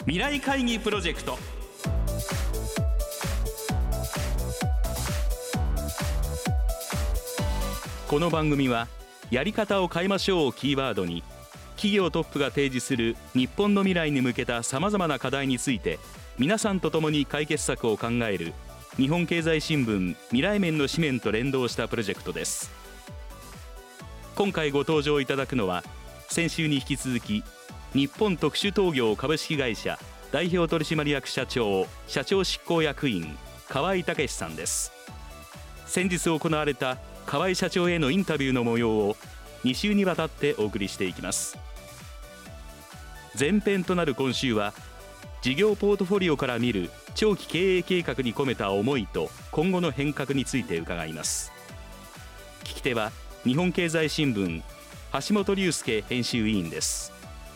未来会議プロジェクト。この番組はやり方を変えましょうをキーワードに、企業トップが提示する日本の未来に向けたさまざまな課題について皆さんと共に解決策を考える日本経済新聞未来面の紙面と連動したプロジェクトです。今回ご登場いただくのは、先週に引き続き日本特殊陶業株式会社代表取締役社長社長執行役員河合武さんです。先日行われた河合社長へのインタビューの模様を2週にわたってお送りしていきます。前編となる今週は、事業ポートフォリオから見る長期経営計画に込めた思いと今後の変革について伺います。聞き手は日本経済新聞橋本龍介編集委員です。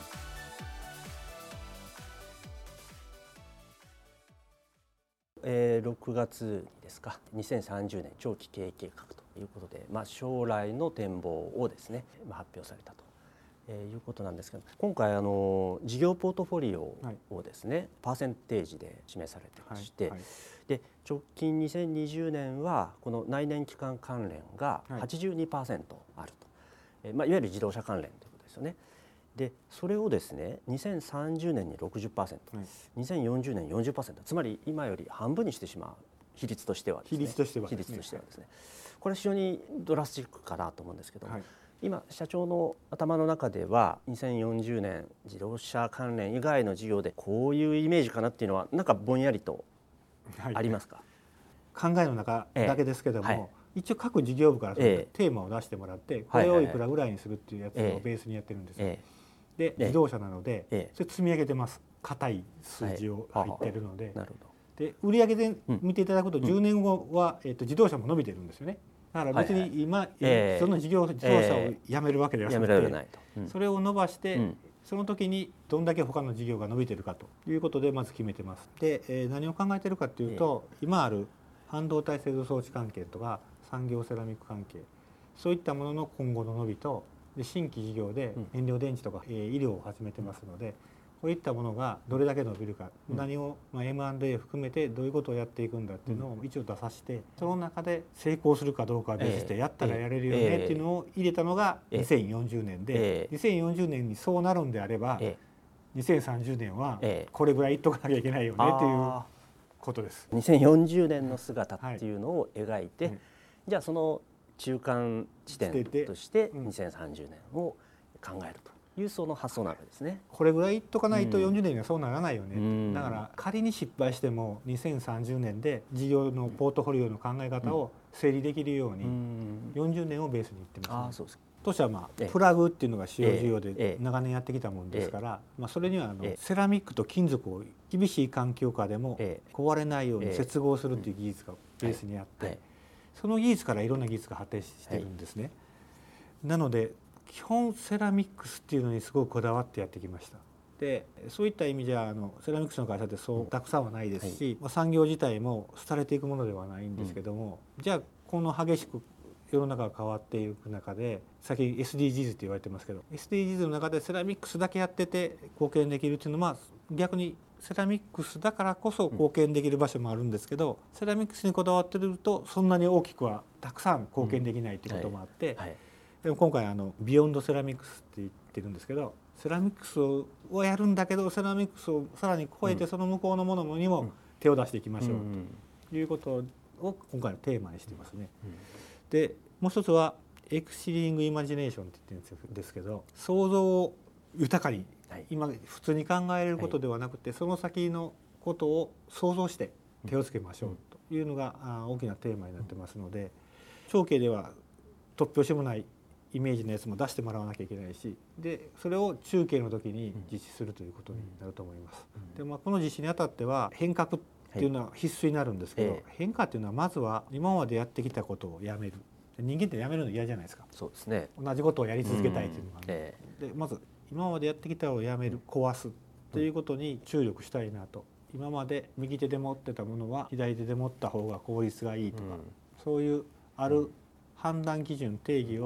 6月にですか、2030年長期経営計画ということで、将来の展望をですね、発表されたということなんですけど、今回事業ポートフォリオをですね、パーセンテージで示されてまして、で直近2020年はこの内燃機関関連が 82% あると、いわゆる自動車関連ということですよね。でそれをですね、2030年に 60%、2040年 40%、つまり今より半分にしてしまう比率としてはですね、これは非常にドラスチックかなと思うんですけども、今社長の頭の中では2040年自動車関連以外の事業でこういうイメージかなっていうのはなんかぼんやりとありますか？ 考えの中だけですけども、一応各事業部からテーマを出してもらって、これをいくらぐらいにするっていうやつをベースにやってるんですよ。で自動車なので、それ積み上げてます。硬い数字を入ってるので、で売上で見ていただくと10年後は自動車も伸びてるんですよね。だから別に今その自動車をやめるわけではなくて、それを伸ばしてその時にどんだけ他の事業が伸びてるかということでまず決めてます。で何を考えてるかというと、今ある半導体製造装置関係とか産業セラミック関係、そういったものの今後の伸びと、で新規事業で燃料電池とか医療を始めてますので、こういったものがどれだけ伸びるか、何をM&A 含めてどういうことをやっていくんだっていうのを一応出させて、その中で成功するかどうかは別してやったらやれるよねっていうのを入れたのが2040年で、2040年にそうなるんであれば2030年はこれぐらいいっとかなきゃいけないよねっていうことです。 2040年の姿っていうのを描いて、じゃあその中間地点として2030年を考えるというその発想なわけですね。 これぐらいいっとかないと40年にはそうならないよね、だから仮に失敗しても2030年で事業のポートフォリオの考え方を整理できるように40年をベースにいってますね。当社はプラグっていうのが主要事業で長年やってきたものですから、それにはセラミックと金属を厳しい環境下でも壊れないように接合するっていう技術がベースにあって、その技術からいろんな技術が発展してるんですね。なので基本セラミックスっていうのにすごくこだわってやってきました。でそういった意味じゃセラミックスの会社ってそうたくさんはないですし、産業自体も廃れていくものではないんですけども、じゃあこの激しく世の中が変わっていく中で、先 SDGs って言われてますけど、 SDGs の中でセラミックスだけやってて貢献できるっていうのは、逆にセラミックスだからこそ貢献できる場所もあるんですけど、セラミックスにこだわってるとそんなに大きくはたくさん貢献できないっていうこともあって、でも今回ビヨンドセラミックスって言ってるんですけど、セラミックスをやるんだけどセラミックスをさらに超えてその向こうのものにも手を出していきましょうということを今回のテーマにしてますね。でもう一つはエクシリングイマジネーションって言ってるんですけど、想像を豊かに、今普通に考えることではなくて、その先のことを想像して手をつけましょうというのが大きなテーマになってますので、長期では突拍子もないイメージのやつも出してもらわなきゃいけないし、でそれを中継の時に実施するということになると思います。でこの実施にあたっては変革っていうのは必須になるんですけど、変化っていうのはまずは今までやってきたことをやめる。人間ってやめるの嫌じゃないですか。 そうですね。 同じことをやり続けたいというのが、でまず今までやってきたのをやめる、壊すということに注力したいなと。今まで右手で持ってたものは左手で持った方が効率がいいとか、そういうある判断基準定義を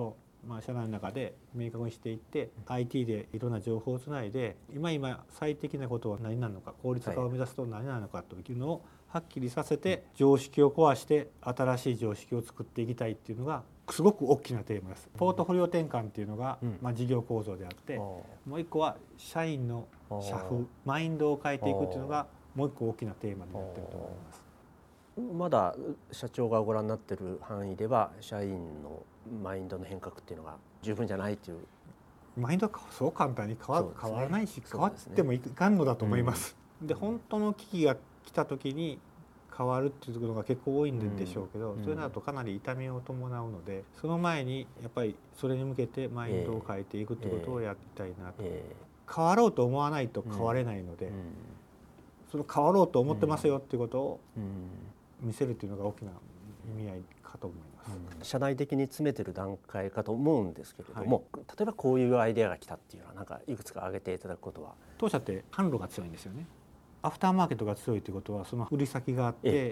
社内の中で明確にしていって IT でいろんな情報をつないで今最適なことは何なのか、効率化を目指すと何なのかというのをはっきりさせて、常識を壊して新しい常識を作っていきたいっていうのがすごく大きなテーマです。ポートフォリオ転換っていうのが事業構造であって、もう一個は社員の社風マインドを変えていくっていうのがもう一個大きなテーマになっていると思います。 まだ社長がご覧になっている範囲では社員のマインドの変革っていうのが十分じゃないという。 マインドはそう簡単に変わらないし、変わってもいかんのだと思います。で本当の危機が来た時に変わるっていうのが結構多いんでしょうけど、それになるとかなり痛みを伴うので、その前にやっぱりそれに向けてマインドを変えていくってことをやりたいなと。変わろうと思わないと変われないので、その変わろうと思ってますよっていうことを見せるというのが大きな意味合いかと思います。 社内的に詰めてる段階かと思うんですけれども、例えばこういうアイデアが来たっていうのはなんかいくつか挙げていただくことは。 当社って販路が強いんですよね。アフターマーケットが強いということはその売り先があって、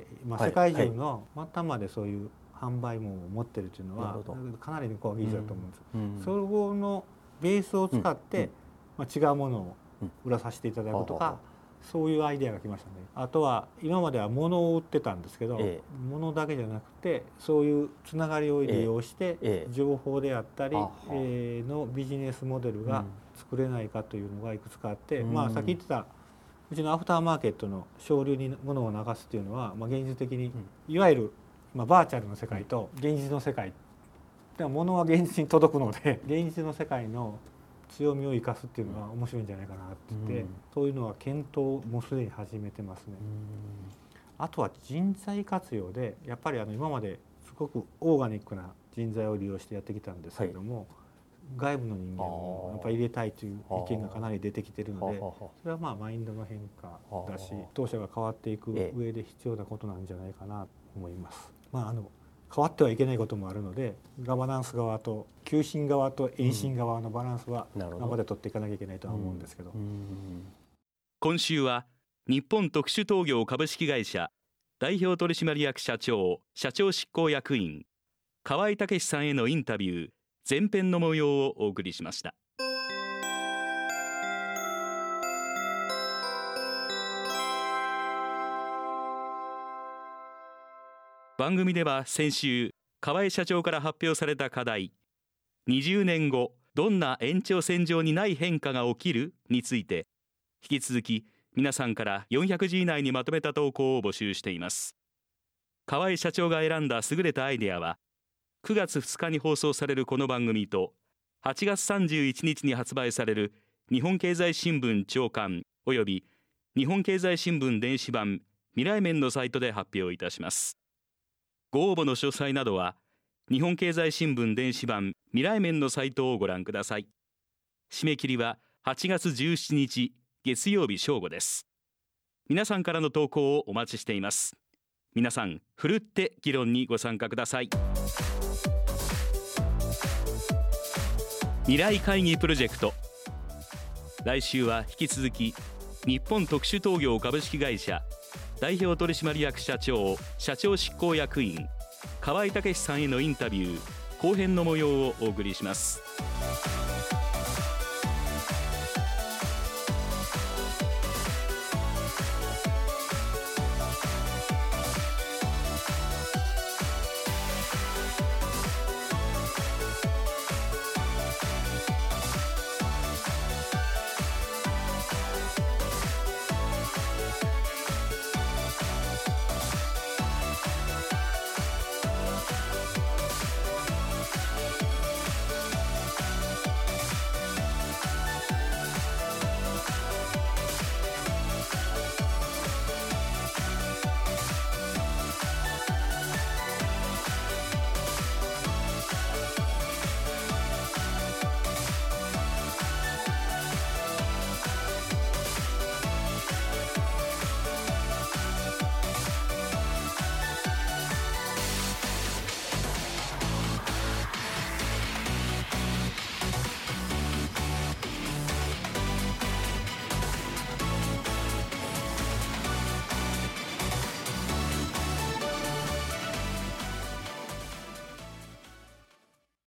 世界中の末端までそういう販売網を持ってるというのはかなりの技術だと思うんです。そこのベースを使って違うものを売らさせていただくとか、そういうアイデアが来ましたね。あとは今までは物を売ってたんですけど、物だけじゃなくてそういうつながりを利用して情報であったりのビジネスモデルが作れないかというのがいくつかあって、さっき言ってたうちのアフターマーケットの省流に物を流すっていうのは、現実的にいわゆるバーチャルの世界と現実の世界では物は現実に届くので、現実の世界の強みを生かすっていうのは面白いんじゃないかなって言って、そういうのは検討もすでに始めてますね。あとは人材活用でやっぱり今まですごくオーガニックな人材を利用してやってきたんですけれども、外部の人間をやっぱり入れたいという意見がかなり出てきているので、それはマインドの変化だし、当社が変わっていく上で必要なことなんじゃないかなと思います。変わってはいけないこともあるので、ガバナンス側と求心側と遠心側のバランスは頑張って取っていかなきゃいけないとは思うんですけど。 今週は日本特殊陶業株式会社代表取締役社長社長執行役員河合武さんへのインタビュー前編の模様をお送りしました。番組では先週河合社長から発表された課題、20年後どんな延長線上にない変化が起きるについて、引き続き皆さんから400字以内にまとめた投稿を募集しています。河合社長が選んだ優れたアイデアは9月2日に放送されるこの番組と8月31日に発売される日本経済新聞朝刊および日本経済新聞電子版未来面のサイトで発表いたします。ご応募の詳細などは日本経済新聞電子版未来面のサイトをご覧ください。締め切りは8月17日月曜日正午です。皆さんからの投稿をお待ちしています。皆さんふるって議論にご参加ください。未来会議プロジェクト、来週は引き続き日本特殊陶業株式会社代表取締役社長社長執行役員河合武さんへのインタビュー後編の模様をお送りします。